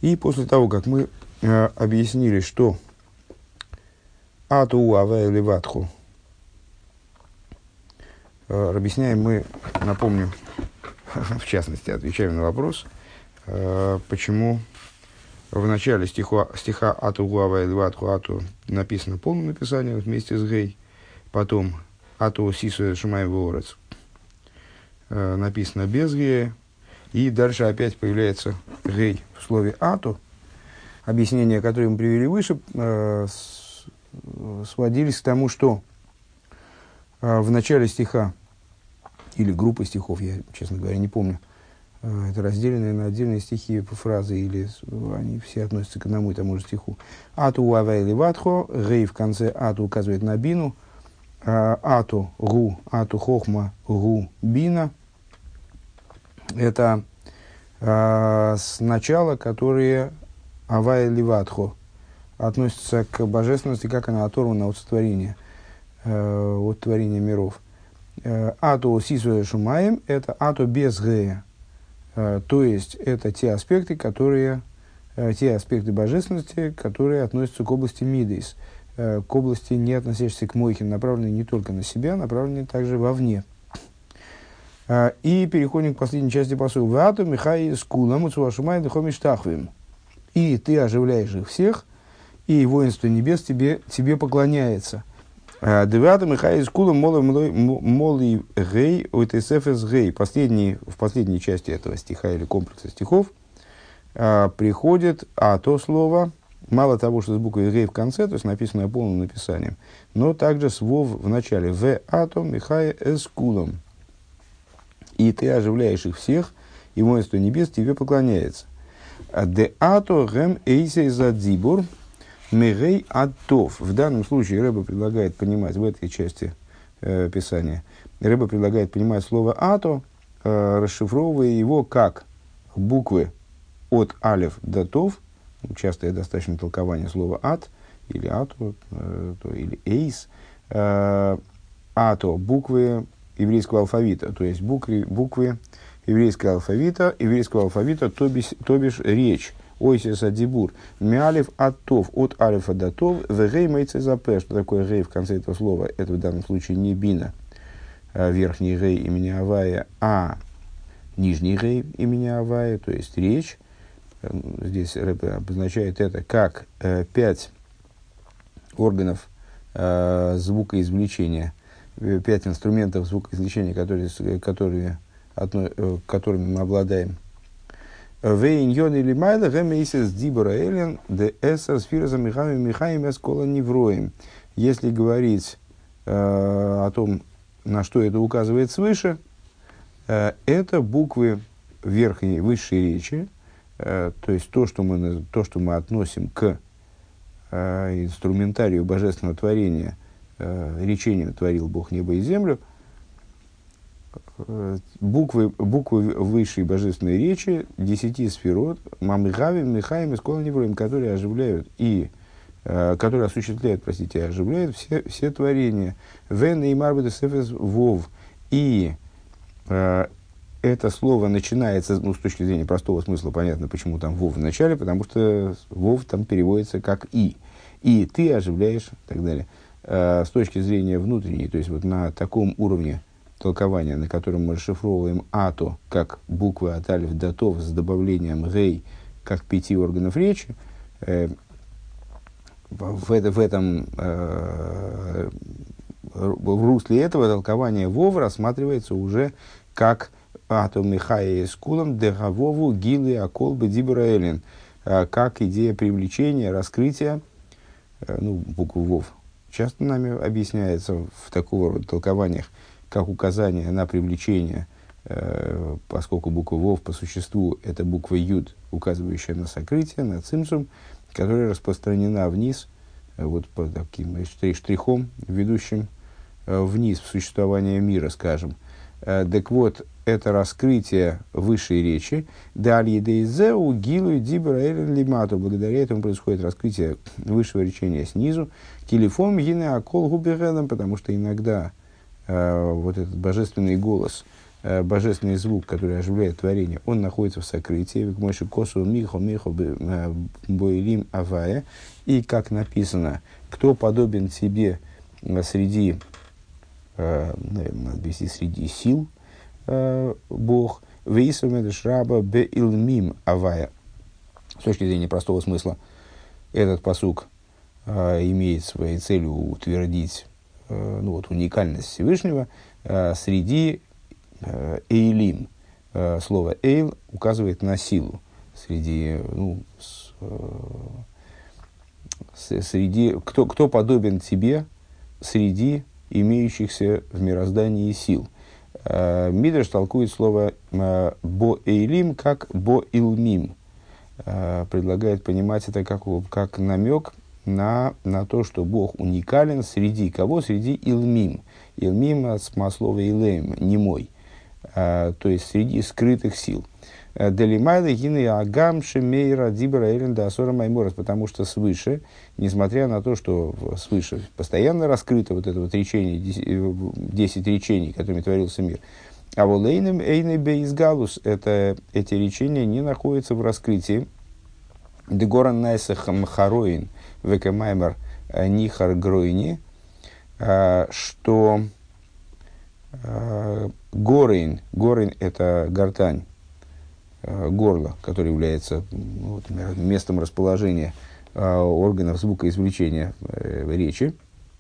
И после того, как мы объяснили, что ату авэ леватху, объясняем мы, напомню, в частности, отвечаем на вопрос, почему в начале стиха ату авэ леватху ату написано полное написание вместе с гей, потом ату сису шумаем ворец написано без гея, и дальше опять появляется гей в слове ату. Объяснения, которые мы привели выше, сводились к тому, что в начале стиха или группы стихов, я, честно говоря, не помню, это разделенные на отдельные стихи по фразе, или они все относятся к одному и тому же стиху. Ату авай леватхо, гей в конце ату указывает на бину, ату гу, ату хохма гу бина. Это начала, которые авай леватхо относятся к божественности, как она оторвана от сотворения, от творения миров. Ату сисуэ шумаем – это ату без гея, то есть это те аспекты божественности, которые относятся к области мидейс, к области, не относящейся к мойхе, направленные не только на себя, направленные также вовне. И переходим к последней части пасука. «Вату михай скулам уцуашумай дыхомиш тахвим». И ты оживляешь их всех, и воинство небес тебе поклоняется. «Девату михай скулам моли гей уитесефес гей». В последней части этого стиха или комплекса стихов приходит то слово, мало того, что с буквой гей в конце, то есть написанное полным написанием, но также с вов в начале. «В ату михай эскулам». И ты оживляешь их всех, и воинство небес тебе поклоняется. Де ато гэм эйсей задзибур мегей атов. В данном случае Рэбе предлагает понимать в этой части Писания. Рэбе предлагает понимать слово ато, расшифровывая его как буквы от алеф до тов. Частое достаточно толкование слова ат или ато или эйс. Ато буквы еврейского алфавита, то есть буквы еврейского алфавита, то бишь речь, ойсес адибур, миалев аттов, от алифа до тов, вегей мейцезапе. Что такое гей в конце этого слова? Это в данном случае не бина, верхний гей имени Авая, а нижний гей имени Авая, то есть речь. Здесь Рэбе обозначает это как 5 органов звукоизвлечения, 5 инструментов звукоизвлечения, которыми мы обладаем. Вейньон или майла гэмэйсэс дибора элен де эсэр сфираза михаим эскола невроем. Если говорить о том, на что это указывает свыше, это буквы верхней, высшей речи, то есть то, что мы относим к инструментарию божественного творения, речением творил Бог небо и землю, буквы высшей божественной речи, 10 сферот, мамыгавим, михаим, исколы невроем, которые оживляют и которые осуществляют, оживляют все творения. Вен и марбет сефес вов. И это слово начинается, с точки зрения простого смысла, понятно, почему там вов в начале, потому что вов там переводится как и ты оживляешь и так далее. С точки зрения внутренней, то есть вот на таком уровне толкования, на котором мы расшифровываем ато как буквы от алиф до тов с добавлением гей как 5 органов речи, в русле этого толкования вов рассматривается уже как ато михаи с кулом дегавову гилы аколбы дибраэлин, как идея привлечения, раскрытия, букву вов часто нами объясняется в такого рода толкованиях, как указание на привлечение, поскольку буква вов по существу это буква юд, указывающая на сокрытие, на цимсум, которая распространена вниз, вот по таким штрихом, ведущим вниз в существование мира, скажем. Так вот, это раскрытие высшей речи. Далее дейзеу гилу дибра элен лимату. Благодаря этому происходит раскрытие высшего речения снизу. Килифом гине акол губерелем, потому что иногда вот этот божественный голос божественный звук, который оживляет творение, он находится в сокрытии. И, как написано, кто подобен тебе среди, наверное, надо вести среди сил, Бог, раба беилмим авая. С точки зрения простого смысла, этот пасук имеет своей целью утвердить уникальность Всевышнего среди эйлим. Слово эйл указывает на силу. Среди кто подобен тебе среди имеющихся в мироздании сил. Мидраш толкует слово «бо-эйлим» как «бо-илмим». Предлагает понимать это как намек на то, что Бог уникален среди кого? Среди илмим. Илмим от слова илэм, немой. То есть среди скрытых сил. Делимайда гины агам шемейра дибра эленда асора майморас, потому что свыше, несмотря на то, что свыше постоянно раскрыто вот это вот речение, 10 речений, которыми творился мир, а волейным эйны бейсгалус, эти речения не находятся в раскрытии. Дегоран найсах мхароин векамаймер нихар гройни, что горейн это гортань, горло, которое является местом расположения органов звукоизвлечения речи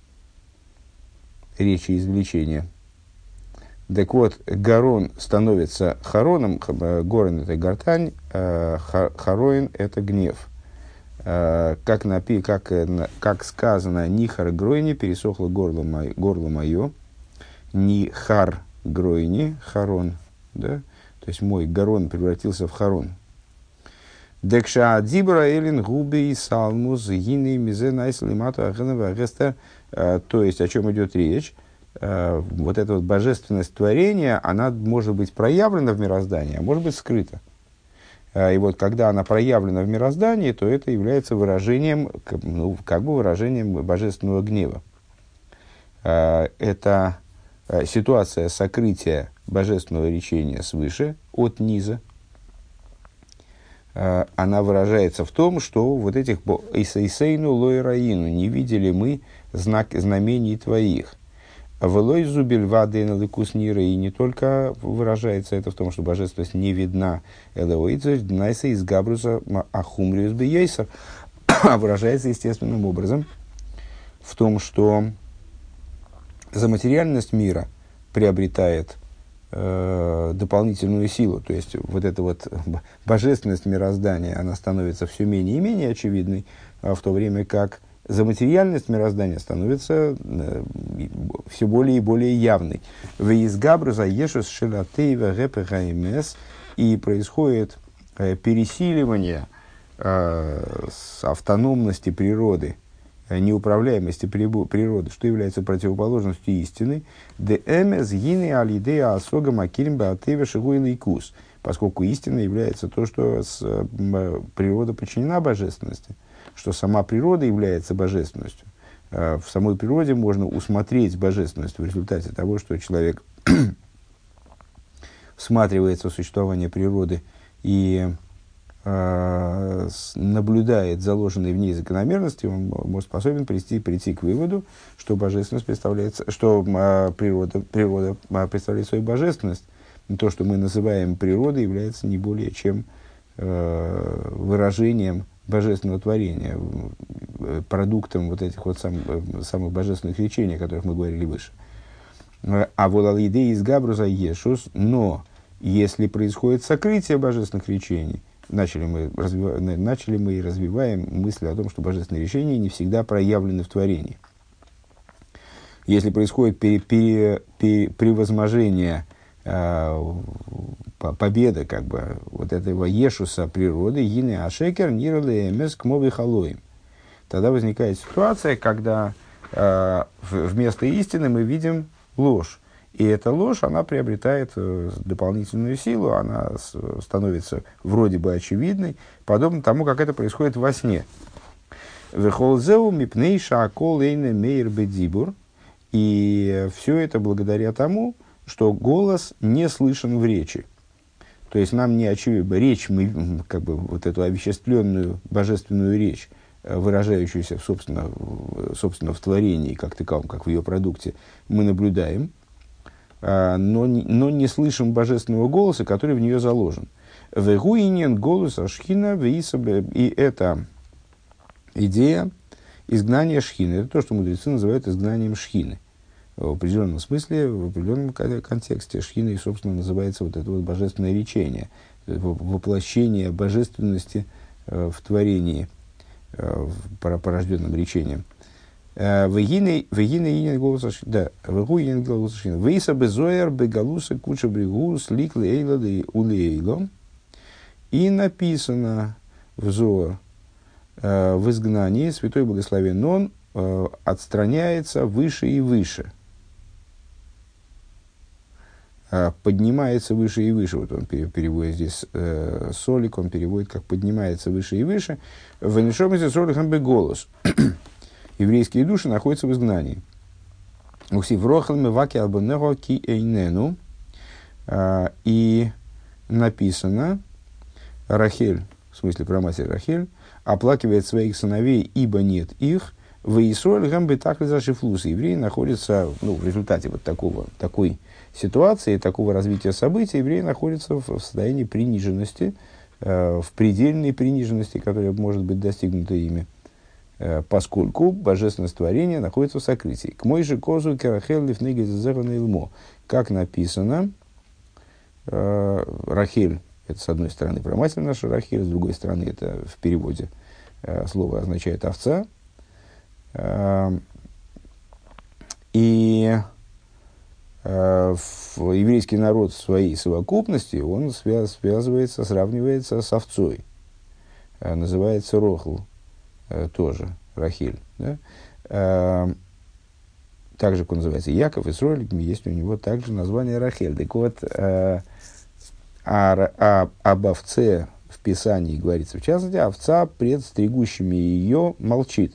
извлечения. Так вот, гарон становится хароном, горен это гортань, хароин это гнев. Как сказано, нихар гройни, пересохло горло мое, нихар гройни, харон, да? То есть мой гарон превратился в харон. Декша дибра элин губи салмус гини мизе найслимату ахенова агеста. То есть, о чем идет речь? Вот эта вот божественность творения, она может быть проявлена в мироздании, а может быть скрыта. И вот когда она проявлена в мироздании, то это является выражением, выражением божественного гнева. Это ситуация сокрытия божественного речения свыше от низа. Она выражается в том, что вот этих «Исейсейну лойраину» не видели мы знамений твоих. «Велой зубель ваден ликус нира», и не только выражается это в том, что божественность не видна, «Элеоидзер днайса из габруса ахумриус бейейсер», а выражается естественным образом в том, что заматериальность мира приобретает дополнительную силу, то есть вот эта вот божественность мироздания, она становится все менее и менее очевидной, в то время как заматериальность мироздания становится все более и более явной. И происходит пересиливание автономности природы, неуправляемости природы, что является противоположностью истины, поскольку истина является то, что природа подчинена божественности, что сама природа является божественностью. В самой природе можно усмотреть божественность в результате того, что человек всматривается в существование природы и наблюдает заложенные в ней закономерности, он может способен прийти к выводу, что божественность представляется, что природа представляет свою божественность. То, что мы называем природой, является не более чем выражением божественного творения, продуктом вот этих вот самых божественных речений, о которых мы говорили выше. А вот алидей из габруза ешус, но если происходит сокрытие божественных речений, начали мы и развиваем мысль о том, что божественные речения не всегда проявлены в творении. Если происходит превозможение, победа вот этого ешуса природы, гины ашекер нирале эмес кмови халоим, тогда возникает ситуация, когда вместо истины мы видим ложь. И эта ложь, она приобретает дополнительную силу, она становится вроде бы очевидной, подобно тому, как это происходит во сне. И все это благодаря тому, что голос не слышен в речи. То есть нам не очевидно, речь, мы как бы вот эту овеществленную божественную речь, выражающуюся, собственно, в творении, как таковом, как в ее продукте, мы наблюдаем, но не слышим божественного голоса, который в нее заложен. Вегуинен голос ашхина веисабе. И это идея изгнания шхины. Это то, что мудрецы называют изгнанием шхины. В определенном смысле, в определенном контексте шхиной, собственно, называется вот это вот божественное речение, воплощение божественности в творении, порожденном речением. Вегина голос ашхина. Вегуинен голос ашхина. Веисабе зоэр бегалуса куча бригус ликли эйлады улейло. И написано в Зоар, в изгнании, святой благословен он отстраняется выше и выше. Поднимается выше и выше. Вот он переводит здесь солик, он переводит как поднимается выше и выше. В нишомисе солихам беголос. Еврейские души находятся в изгнании. Усив рохалми ваки албанего ки эйнену. И написано, Рахель, в смысле про матерь Рахель, оплакивает своих сыновей, ибо нет их. В Исроль гамбе так ли зашифлус. Евреи находятся, в результате вот такой ситуации, такого развития событий, евреи находятся в состоянии приниженности, в предельной приниженности, которая может быть достигнута ими, поскольку божественность творения находится в сокрытии. К мой же козу керахел лифнеги зазерна илмо. Как написано, Рахель, это с одной стороны про матерь нашу Рахель, с другой стороны это в переводе слово означает овца. И еврейский народ в своей совокупности, он сравнивается с овцой. Называется Рохл, тоже Рахель. Да? Так же, как он называется Яков, Исроль, есть у него также название Рахель. Так вот, об овце в Писании говорится, в частности, овца пред стригущими ее молчит.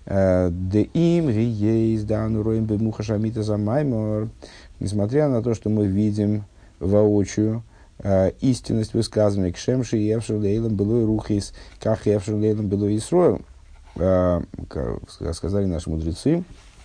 Несмотря на то, что мы видим воочию истинность высказывания «Кшемши евшер лейлам было рухис, как евшер лейлам было Исроил», сказали наши мудрецы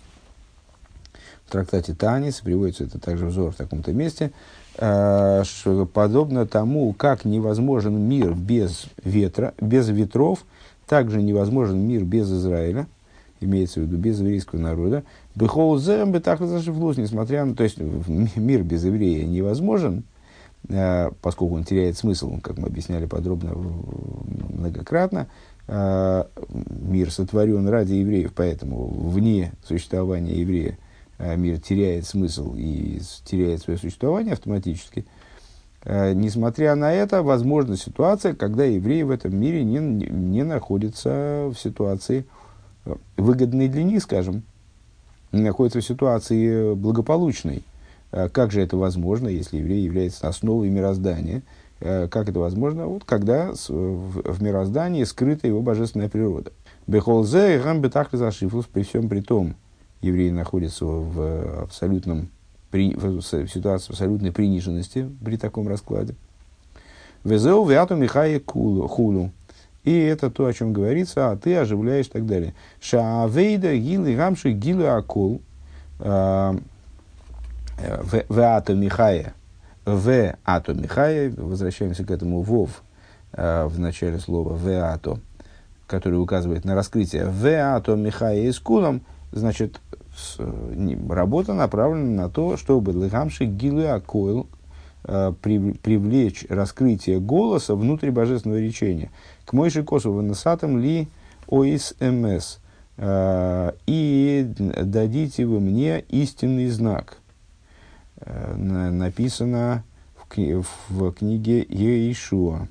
в трактате Танис, приводится это также взор в таком-то месте, что подобно тому, как невозможен мир без ветров, также невозможен мир без Израиля, имеется в виду без еврейского народа. Несмотря на то, есть мир без еврея невозможен, поскольку он теряет смысл, как мы объясняли подробно многократно. Мир сотворен ради евреев, поэтому вне существования еврея мир теряет смысл и теряет свое существование автоматически. Несмотря на это, возможна ситуация, когда евреи в этом мире не находятся в ситуации выгодной для них, скажем, не находятся в ситуации благополучной. Как же это возможно, если еврей является основой мироздания? Как это возможно? Вот когда в мироздании скрыта его божественная природа. Бехолзе и гамбетах зашифлус, при всем при том, евреи находятся в ситуации абсолютной приниженности при таком раскладе. Везеу вяту михае хулу. И это то, о чем говорится, а ты оживляешь и так далее. Шаавейда гилы гамши гилы акол. Веато Михая, возвращаемся к этому вов в начале слова веато, который указывает на раскрытие. Веато Михая и скулом, значит, работа направлена на то, чтобы лыгамши гилы акойл привлечь раскрытие голоса внутри божественного речения. К мойши косу выносатам ли оис мс. И дадите вы мне истинный знак. Написано в книге Еишуа.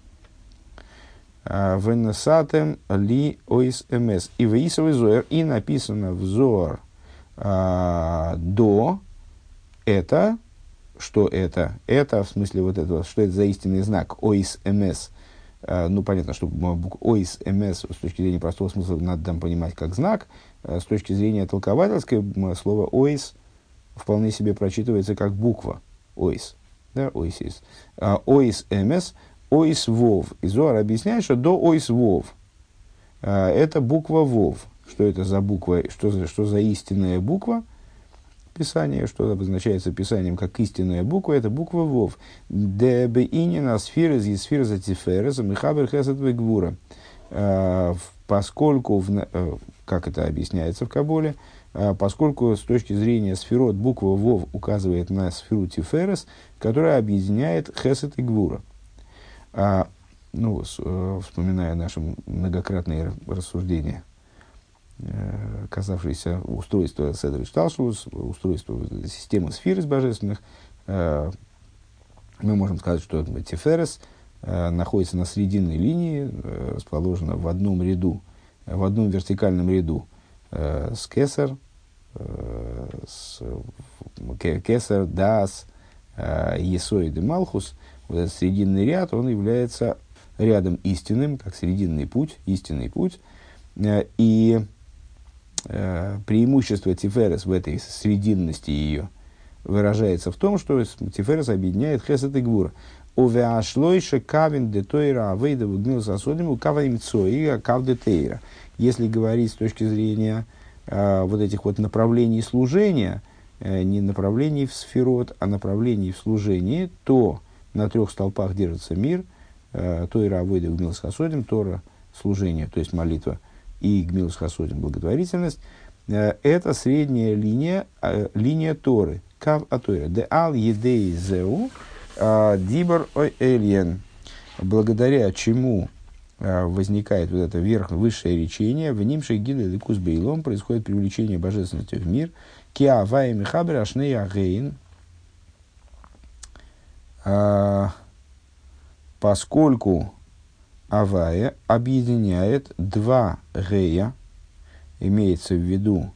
Венесатем ли оис мс. И веисовый зоэр. И написано в Зоар до это. Что это? Это, в смысле, вот это, что это за истинный знак? Оис мс. Понятно, что оис мс с точки зрения простого смысла надо там понимать как знак. С точки зрения толковательской, слово оис вполне себе прочитывается как буква ойс. Да, ойсис. Ойс эмес, ойс вов. И Зоар объясняет, что до ойс вов это буква вов. Что это за буква, что за истинная буква Писания, что обозначается Писанием как истинная буква, это буква вов. Дебеинина сферез и сферез тиферез михабер хесед вегвура. Поскольку, как это объясняется в Каболе, поскольку с точки зрения сферот буква вов указывает на сферу тиферес, которая объединяет хесед и гвура. Вспоминая наши многократные рассуждения, касавшиеся устройства Седер Шталшус, устройства системы сфер из божественных, мы можем сказать, что Тиферес находится на срединной линии, расположена в одном ряду, в одном вертикальном ряду с Кесар, Даас, Есоид и Малхус. Вот этот срединный ряд, он является рядом истинным, как срединный путь, истинный путь. И преимущество Тиферес в этой срединности ее выражается в том, что Тиферес объединяет Хесед и Гвура. Если говорить с точки зрения вот этих вот направлений служения, не направлений в сферот, а направлений в служении, то на 3 столпах держится мир, Тойра Авойда Гмилс Хасодим, Тора служение, то есть молитва, и Гмилс Хасодим благотворительность, это средняя линия Торы, Кав Атойра, Де Ал Едей Зеу, Дибор Эльен, благодаря чему возникает вот это высшее речение, в нимшей гиды ликус бейлом происходит привлечение божественности в мир, киа вай михабер ашней агейн, поскольку авая объединяет 2 гея, имеется в виду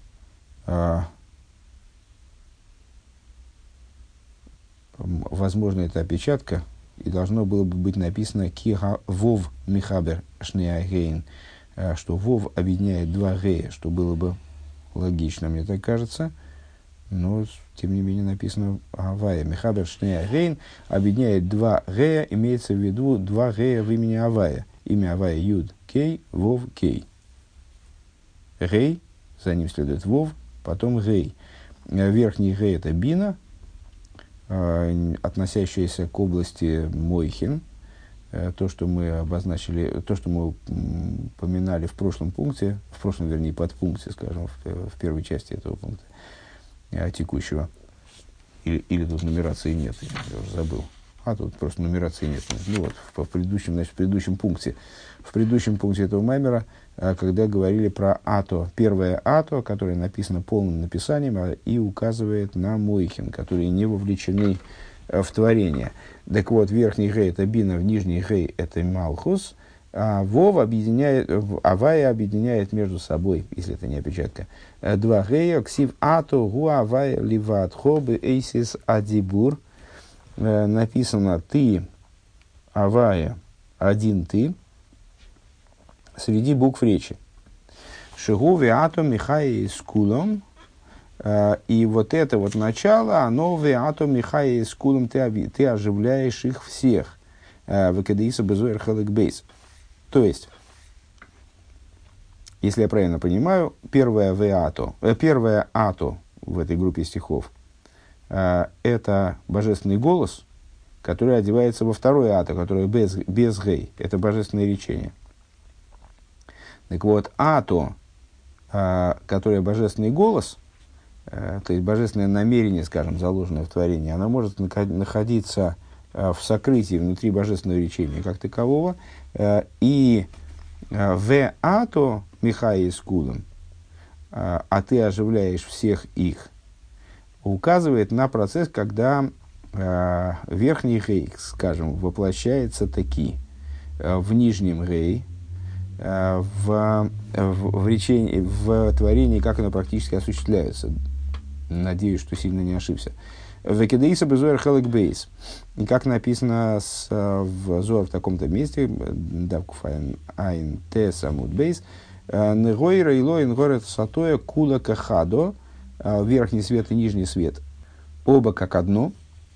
возможно, это опечатка, и должно было бы быть написано «Киха вов михабер шнеагейн», что вов объединяет 2 гея, что было бы логично, мне так кажется. Но, тем не менее, написано «Авая михабер шнеагейн» объединяет 2 гея, имеется в виду 2 гея в имени Авая. Имя Авая Юд Кей, Вов Кей. Гей, за ним следует Вов, потом Гей. Верхний Гей – это Бина, относящиеся к области Мойхин, то, что мы обозначили, то, что мы упоминали в прошлом пункте, вернее, подпункте, скажем, в первой части этого пункта текущего. Или тут нумерации нет, я уже забыл. Тут просто нумерации нет. Ну вот, в предыдущем пункте. В предыдущем пункте этого маймера, когда говорили про ато, первое ато, которое написано полным написанием и указывает на мойхин, которые не вовлечены в творение. Так вот, верхний гей это бина, в нижний гей это малхус, а вов объединяет, авая объединяет между собой, если это не опечатка, 2 гея, ксив ато, гу авая, ливат, хобы, эйсис, адибур. Написано «ты, авая, один ты», среди букв речи. Шигу виато михаи с кулом. И вот это вот начало, оно виато михаи с кулом, ты оживляешь их всех. Векадеиса безуэр хелек бейс. То есть, если я правильно понимаю, первое ато в этой группе стихов это божественный голос, который одевается во второе ато, которое без гей. Это божественное речение. Так вот, ато, которое божественный голос, то есть божественное намерение, скажем, заложенное в творении, оно может находиться в сокрытии внутри божественного речения как такового. И в ато михаи скулом, а ты оживляешь всех их, указывает на процесс, когда верхний гей, скажем, воплощается таки в нижнем гей, в творении, как оно практически осуществляется. Надеюсь, что сильно не ошибся. Векедеиса безуэр хелек бейс. И как написано в Зоар в таком-то месте, давкуф айн те самут бейс, негойра илоин горет сатоя кула кахадо, верхний свет и нижний свет, оба как одно,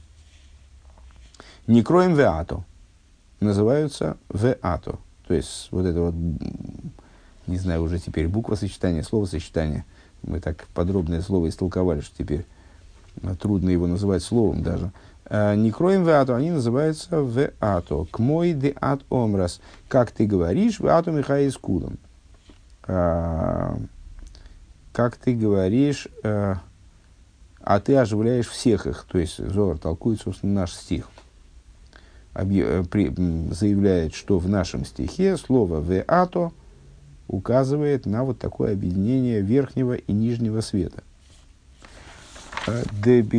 не кроем веато, называются веато. То есть, вот это вот, не знаю уже теперь, буквосочетание, словосочетание. Мы так подробное слово истолковали, что теперь трудно его называть словом даже. Не кроем веато, они называются веато. Кмой де ат омрас. Как ты говоришь, веато михай искудом. Как ты говоришь, а ты оживляешь всех их. То есть, Зоар толкует, собственно, наш стих. Заявляет, что в нашем стихе слово «веато» указывает на вот такое объединение верхнего и нижнего света. Если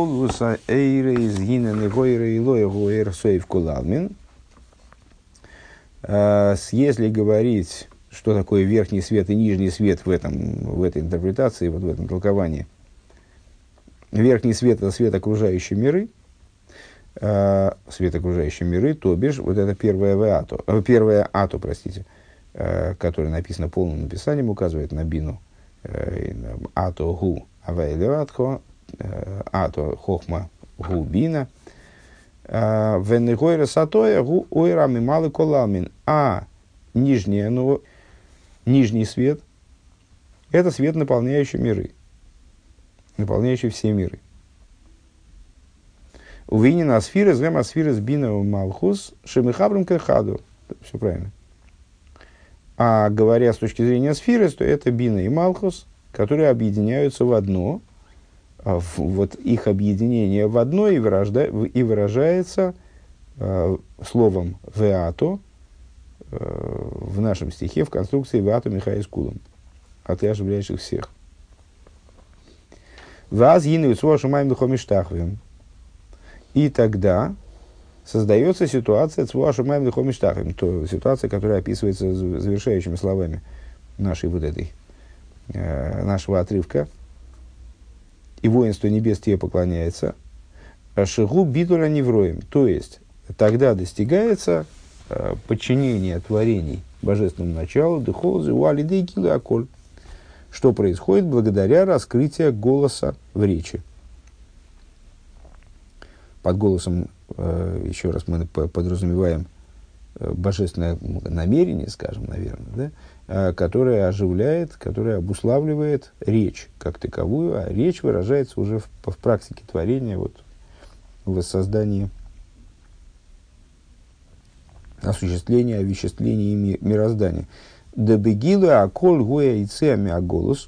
говорить, что такое верхний свет и нижний свет в этой интерпретации, вот в этом толковании, верхний свет – это свет окружающей миры, то бишь, вот это первое ато, которое написано полным написанием, указывает на бину ато гу авайлеватхо, ато хохма гу бина, венегойра сатоя гу ойрами малы коламин, а нижний свет – это свет, наполняющий миры, наполняющий все миры. Увинен асфирес, вем асфирес бина малхус, шемихабрам кехаду. Все правильно. А говоря с точки зрения асфирес, то это бина и малхус, которые объединяются в одно. Вот их объединение в одно и выражается словом «веато» в нашем стихе в конструкции «веато михай искудом». А ты оживляешь их всех. «Ваз гинуют свошу маим духомиштахвим». И тогда создается ситуация «цвуашу маим духомиштахвим», то ситуация, которая описывается завершающими словами нашего отрывка. «И воинство небес тебе поклоняется». «Шигу битуля невроем». То есть, тогда достигается подчинение творений божественному началу, дыхолзы, уалиды и килы аколь, что происходит благодаря раскрытию голоса в речи. Под голосом, еще раз, мы подразумеваем божественное намерение, скажем, наверное, да, которое оживляет, которое обуславливает речь как таковую, а речь выражается уже в практике творения, вот, в воссоздании, осуществлении, овеществлении мироздания. «Дебегилу аколь гоя и цеами аголос».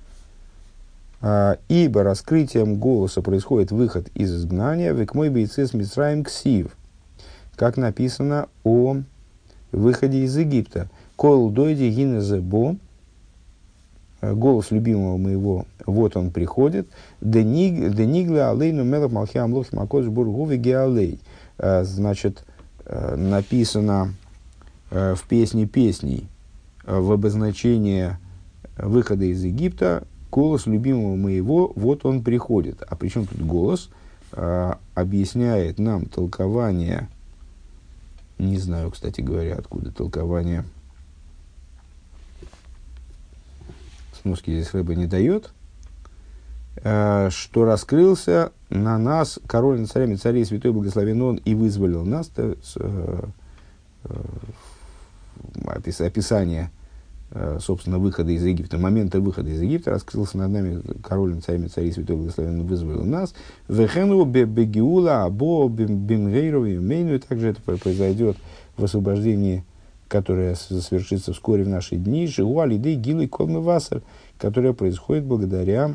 Ибо раскрытием голоса происходит выход из изгнания, век мой бейцес мицраим ксив, как написано о выходе из Египта. Кол дойди гинезебо, голос любимого моего, вот он приходит. Денигла алейну мелах малхиам лохим акодж бургу вегеалей. Значит, написано в песне песней в обозначение выхода из Египта. Голос любимого моего, вот он приходит. А при чем тут голос? Объясняет нам толкование, не знаю, кстати говоря, откуда толкование, сноски здесь Рэбе не дает, что раскрылся на нас король над царями царей, святой благословен он, и вызволил нас, описание, собственно, выхода из Египта, момента выхода из Египта, раскрылся над нами король над царями царей, святой благословен, вызволил нас. Вехену бегиула або бимгейру и также это произойдет в освобождении, которое совершится вскоре в наши дни, живу алидей гилы колмы васар, которое происходит благодаря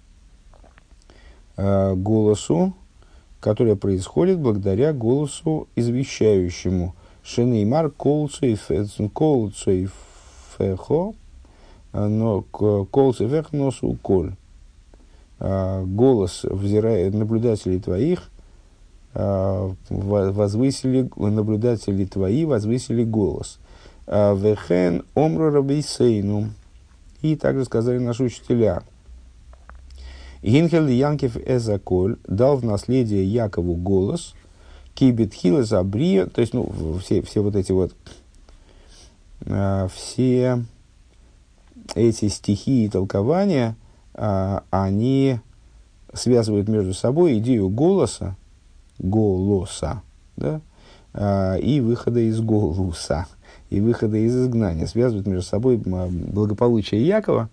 голосу, которое происходит благодаря голосу извещающему. Шенеймар колцейф фехо, но колцейфех носу коль. Голос наблюдателей твоих наблюдатели твои возвысили голос. Вехен омру рабейсейну. И также сказали наши учителя. Гинхель Янкев Эзаколь дал в наследие Якову голос. Кибет хилес абрия. То есть, все вот эти вот все эти стихи и толкования, они связывают между собой идею голоса, да, и выхода из голуса, и выхода из изгнания. Связывают между собой благополучие Якова,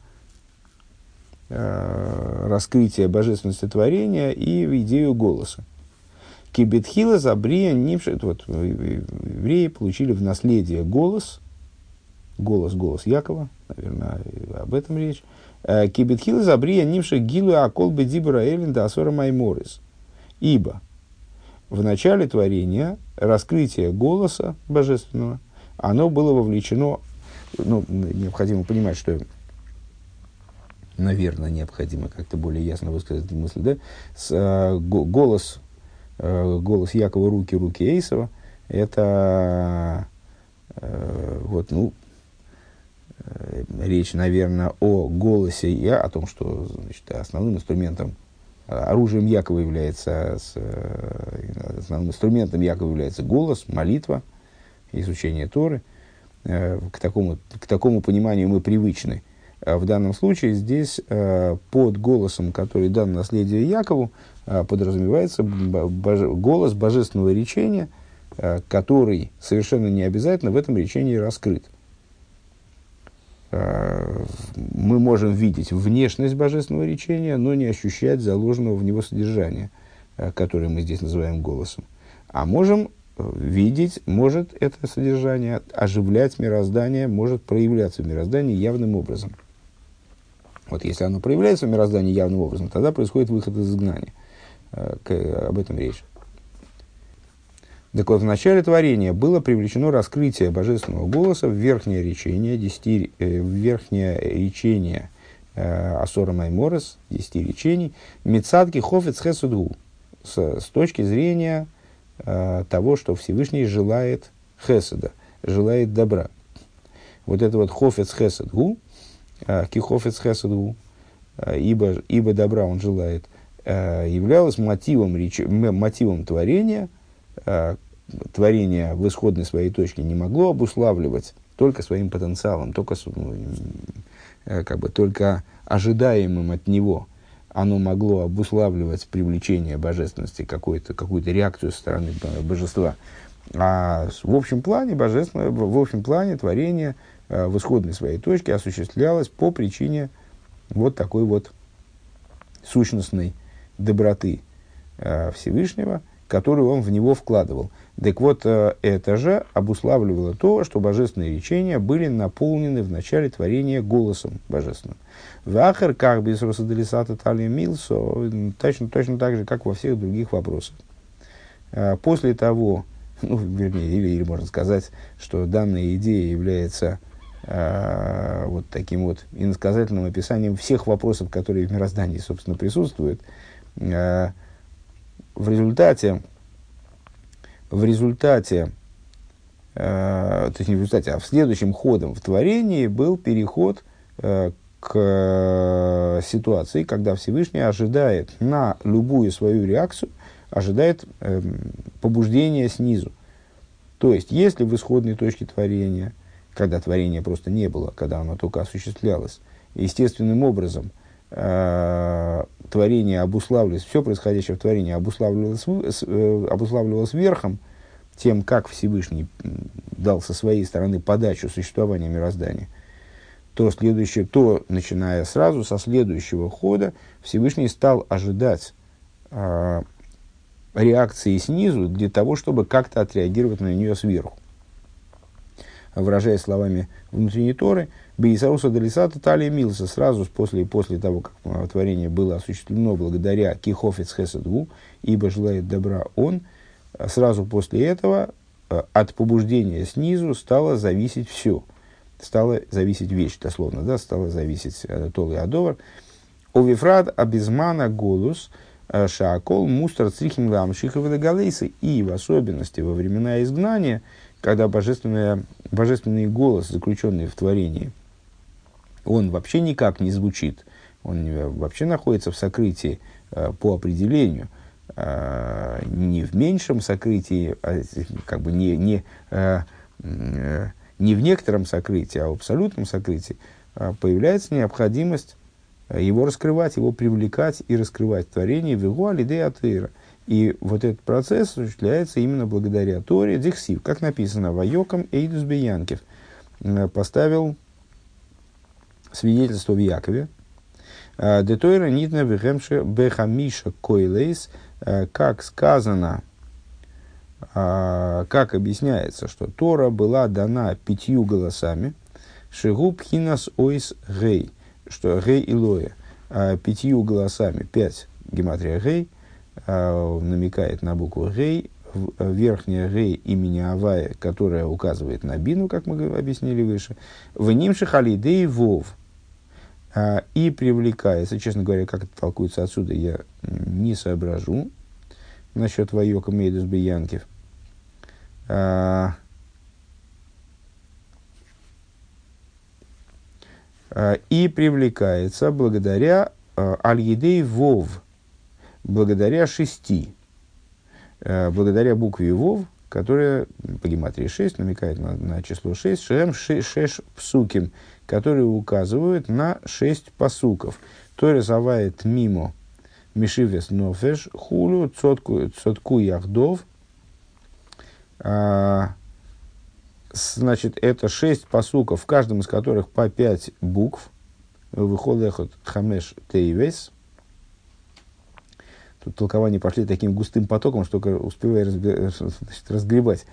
раскрытие божественности творения и идею голоса. Кибетхила забрия нимшит. Вот евреи получили в наследие голос Якова, наверное, об этом речь. Кибетхила забрия нимшит гилу акол бедибра элинда асора майморис. Ибо в начале творения раскрытие голоса божественного, оно было вовлечено, необходимо понимать, что, наверное, необходимо как-то более ясно высказать эту мысль, да? Голос Якова, руки Эйсова, это речь, наверное, о голосе, о том, что, значит, основным инструментом, оружием Якова является, основным инструментом Якова является голос, молитва, изучение Торы. К такому пониманию мы привычны. В данном случае здесь под голосом, который дан наследию Якову, подразумевается голос божественного речения, который совершенно не обязательно в этом речении раскрыт. Мы можем видеть внешность божественного речения, но не ощущать заложенного в него содержания, которое мы здесь называем голосом. А можем видеть, может это содержание оживлять мироздание, может проявляться в мироздании явным образом. Вот если оно проявляется в мироздании явным образом, тогда происходит выход из изгнания. Об этом речь. Так вот, в начале творения было привлечено раскрытие божественного голоса в верхнее речение, Асора Майморес, 10 речений, Мицадки Хофец Хесудгу, с точки зрения того, что Всевышний желает Хеседа, желает добра. Вот это вот Хофец Хесудгу, Кихофец Хесудгу, ибо добра он желает, являлось мотивом творения. Творение в исходной своей точке не могло обуславливать только своим потенциалом, только ожидаемым от него. Оно могло обуславливать привлечение божественности, какую-то реакцию со стороны божества. А в общем плане творение в исходной своей точке осуществлялось по причине вот такой вот сущностной доброты Всевышнего, которую он в него вкладывал. Так вот, это же обуславливало то, что божественные речения были наполнены в начале творения голосом божественным. Вахар, как без росаделисата талия милсо, точно так же, как во всех других вопросах. После того, или можно сказать, что данная идея является вот таким вот иносказательным описанием всех вопросов, которые в мироздании, собственно, присутствуют. В результате, следующим ходом в творении был переход к ситуации, когда Всевышний ожидает на любую свою реакцию, ожидает побуждения снизу. То есть, если в исходной точке творения, когда творения просто не было, когда оно только осуществлялось, естественным образом творение обуславливалось, все происходящее в творении обуславливалось верхом, тем, как Всевышний дал со своей стороны подачу существования мироздания, то начиная сразу со следующего хода, Всевышний стал ожидать реакции снизу для того, чтобы как-то отреагировать на нее сверху. Выражаясь словами внутренней Торы, «Бейсауса далисата талия милса», сразу после того, как творение было осуществлено благодаря «Кихофец хесадву», ибо желает добра он, сразу после этого от побуждения снизу стало зависеть все. Стала зависеть вещь, дословно, да, стала зависеть Тол и Адовар. «Овифрад абизмана голус шаакол мустар црихим ламшихов галейсы». И в особенности во времена изгнания, когда божественный голос, заключенный в творении, он вообще никак не звучит, он вообще находится в сокрытии по определению, не в меньшем сокрытии, не в некотором сокрытии, а в абсолютном сокрытии, появляется необходимость его раскрывать, его привлекать и раскрывать творение вегу алидей атеира. И вот этот процесс осуществляется именно благодаря Торе дихсив, как написано «Вайокам эйдус беянкев». Поставил свидетельство в Якове. «Де Тойра нитна вехемше бехамиша койлейс», как сказано, как объясняется, что Тора была дана 5 голосами, «Шигу пхинас ойс гей», что гей и лоя, 5 голосами, 5 гематрия гей, намекает на букву гей, верхняя гей имени Авая, которая указывает на бину, как мы объяснили выше, в нимши халидей вов, и привлекается, честно говоря, как это толкуется отсюда, я не соображу насчет вайока мейдус беянкев. И привлекается благодаря аль-едей вов, благодаря 6, благодаря букве вов, которая по гематрии 6 намекает на число 6, шем шеш псуким, которые указывают на 6 пасуков. Тора завает мимо мишивес нофеш хулю цотку яхдов. Значит, это 6 пасуков, в каждом из которых по 5 букв. Выходит хамеш тейвес. Тут толкования пошли таким густым потоком, что только успеваю разгребать.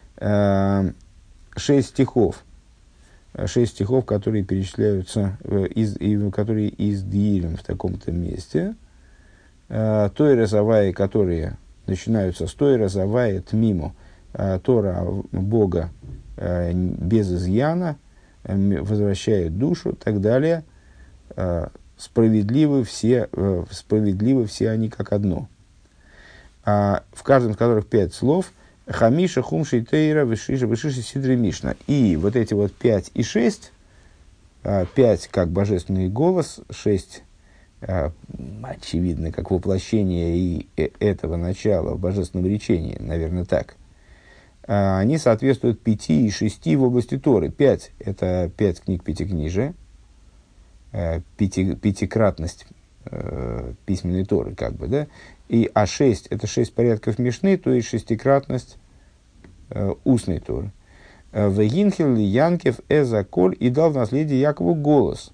6 стихов. 6 стихов, которые перечисляются, которые из Диилем в таком-то месте. Тойра Заваи, которые начинаются с Тойра Заваи Тмимо. Тора Бога без изъяна, возвращает душу и так далее. Справедливы все они как одно. В каждом из которых 5 слов. Хамиша, хумши, тейра, вышиши, сидри, мишна. И вот эти вот 5 и 6, 5 как божественный голос, 6 очевидно как воплощение и этого начала в божественном речении, наверное, так. Они соответствуют 5 и 6 в области Торы. 5 – это 5 книг пятикнижия, пятикратность письменной Торы, как бы, да? А 6 – это 6 порядков Мишны, то есть шестикратность устной Торы. Вегинхел Янкев Эзаколь и дал в наследие Якову голос.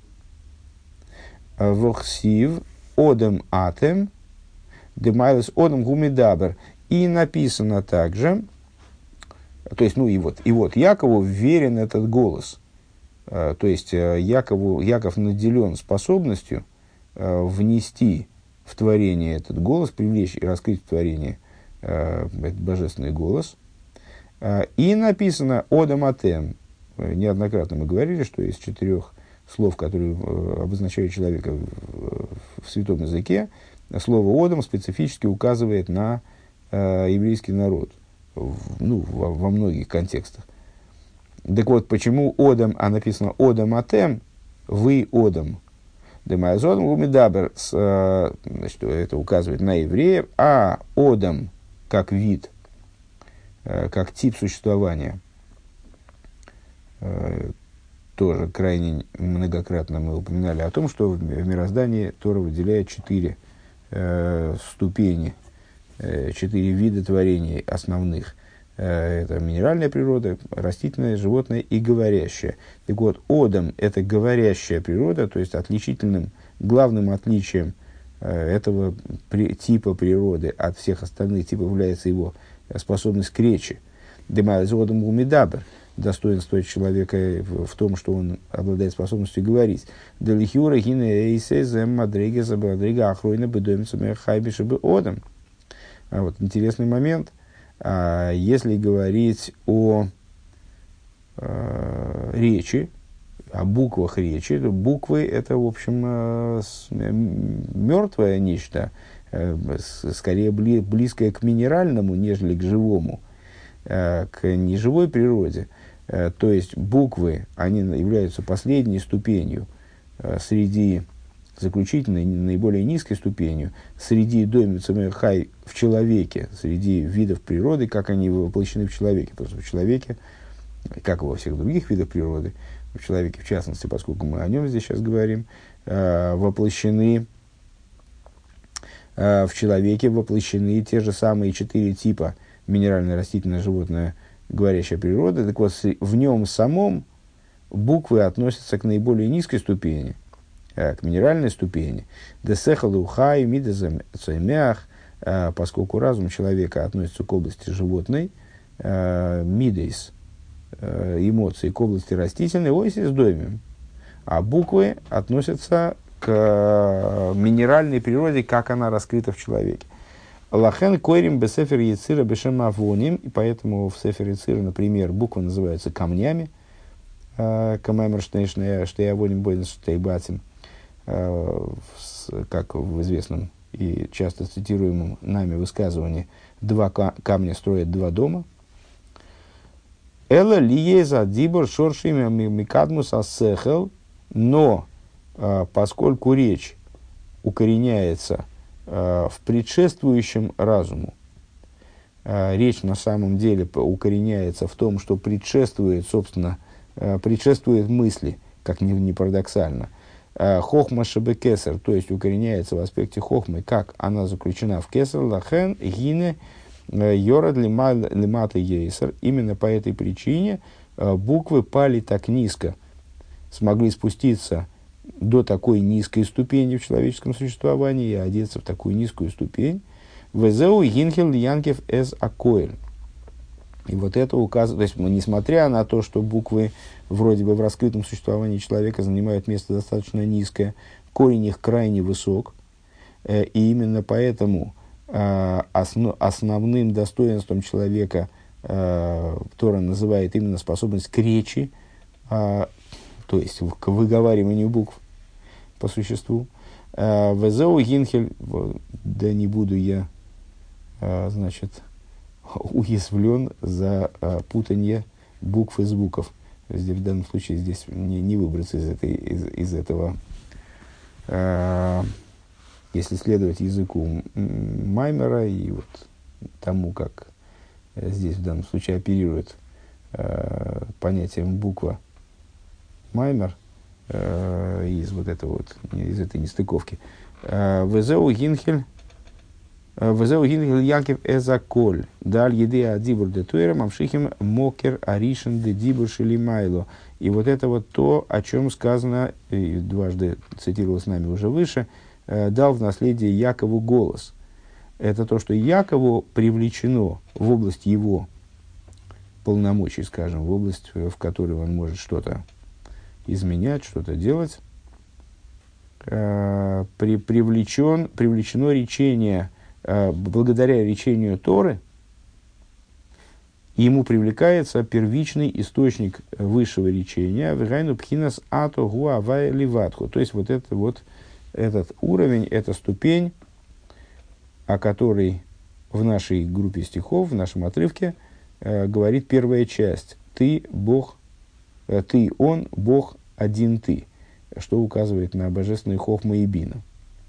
Вохсив Одем Атем Демайлес Одем Гумидабер. И написано также, то есть, и вот Якову верен этот голос. То есть, Яков наделен способностью внести в творение этот голос, привлечь и раскрыть в творение этот божественный голос. И написано «Одам атем». Неоднократно мы говорили, что из 4 слов, которые обозначают человека в святом языке, слово «одам» специфически указывает на еврейский народ во многих контекстах. Так вот, почему «одам», а написано «одам атем», «вы одам». Демайзодам гумидабер, значит, это указывает на евреев, а одам как вид, как тип существования, тоже крайне многократно мы упоминали о том, что в мироздании Тора выделяет 4 ступени, 4 вида творений основных. Это минеральная природа, растительная, животная и говорящая. Так вот, Одам – это говорящая природа, то есть отличительным, главным отличием этого типа природы от всех остальных типов является его способность к речи. Демайз Одам гумидабер. Достоинство человека в том, что он обладает способностью говорить. Делихюра гине эйсезем мадрига забадрига ахройна бедомица мехайбиша бы Одам. Вот интересный момент. Если говорить о речи, о буквах речи, то буквы – это, в общем, мертвое нечто, скорее близкое к минеральному, нежели к живому, к неживой природе. То есть буквы, они являются последней ступенью среди заключительной, наиболее низкой ступенью, среди доймицами хай в человеке, среди видов природы, как они воплощены в человеке. Потому что в человеке, как и во всех других видах природы, в человеке в частности, поскольку мы о нем здесь сейчас говорим, воплощены в человеке воплощены те же самые 4 типа: минеральное, растительное, животное, говорящая природа. Так вот, в нем самом буквы относятся к наиболее низкой ступени, к минеральной ступени. Десехалу хай мидезем цаймях, поскольку разум человека относится к области животной, мидейс, эмоции, к области растительной, ойсис доймем. А буквы относятся к минеральной природе, как она раскрыта в человеке. Лахен койрим бесефер яцира бешем авоним, и поэтому в сефер яцира, например, буквы называются камнями, камамер штейавоним бойнес штейбатим, как в известном и часто цитируемом нами высказывании: 2 камня строят 2 дома. Эла лиеза дибор шоршими микадмус асехел, но поскольку речь укореняется в предшествующем разуму, речь на самом деле укореняется в том, что предшествует, собственно, предшествует мысли, как ни парадоксально. Хохма шебе кесар, то есть укореняется в аспекте хохмы, как она заключена в кесар, лахен гине йорад лимата ейсер. Именно по этой причине буквы пали так низко, смогли спуститься до такой низкой ступени в человеческом существовании и одеться в такую низкую ступень. Везеу гинхел янкев эс акоэль. И вот это указывает, то есть, несмотря на то, что буквы вроде бы в раскрытом существовании человека занимают место достаточно низкое, корень их крайне высок, и именно поэтому основным достоинством человека Тора называет именно способность к речи, то есть к выговариванию букв по существу. Везеу гинхель, да не буду я, уязвлен за путанье букв и звуков. Здесь, в данном случае здесь не выбраться из этого, если следовать языку Маймера и вот тому, как здесь в данном случае оперирует понятием буква Маймер, из вот этого вот, из этой нестыковки. Везеу гинхель Янкев эзаколь. Даль еды адибур де туэра мамшихим мокер аришен де дибур шелимайло. И вот это вот то, о чем сказано, и дважды цитировалось нами уже выше, дал в наследие Якову голос. Это то, что Якову привлечено в область его полномочий, скажем, в область, в которой он может что-то изменять, что-то делать. Привлечено речение, благодаря речению Торы, ему привлекается первичный источник высшего речения, вегайну пхинас ато гуавай ливатху. То есть вот этот уровень, эта ступень, о которой в нашей группе стихов, в нашем отрывке говорит первая часть. Ты, Бог, ты, Он, Бог, один ты, что указывает на божественные хохма и бина.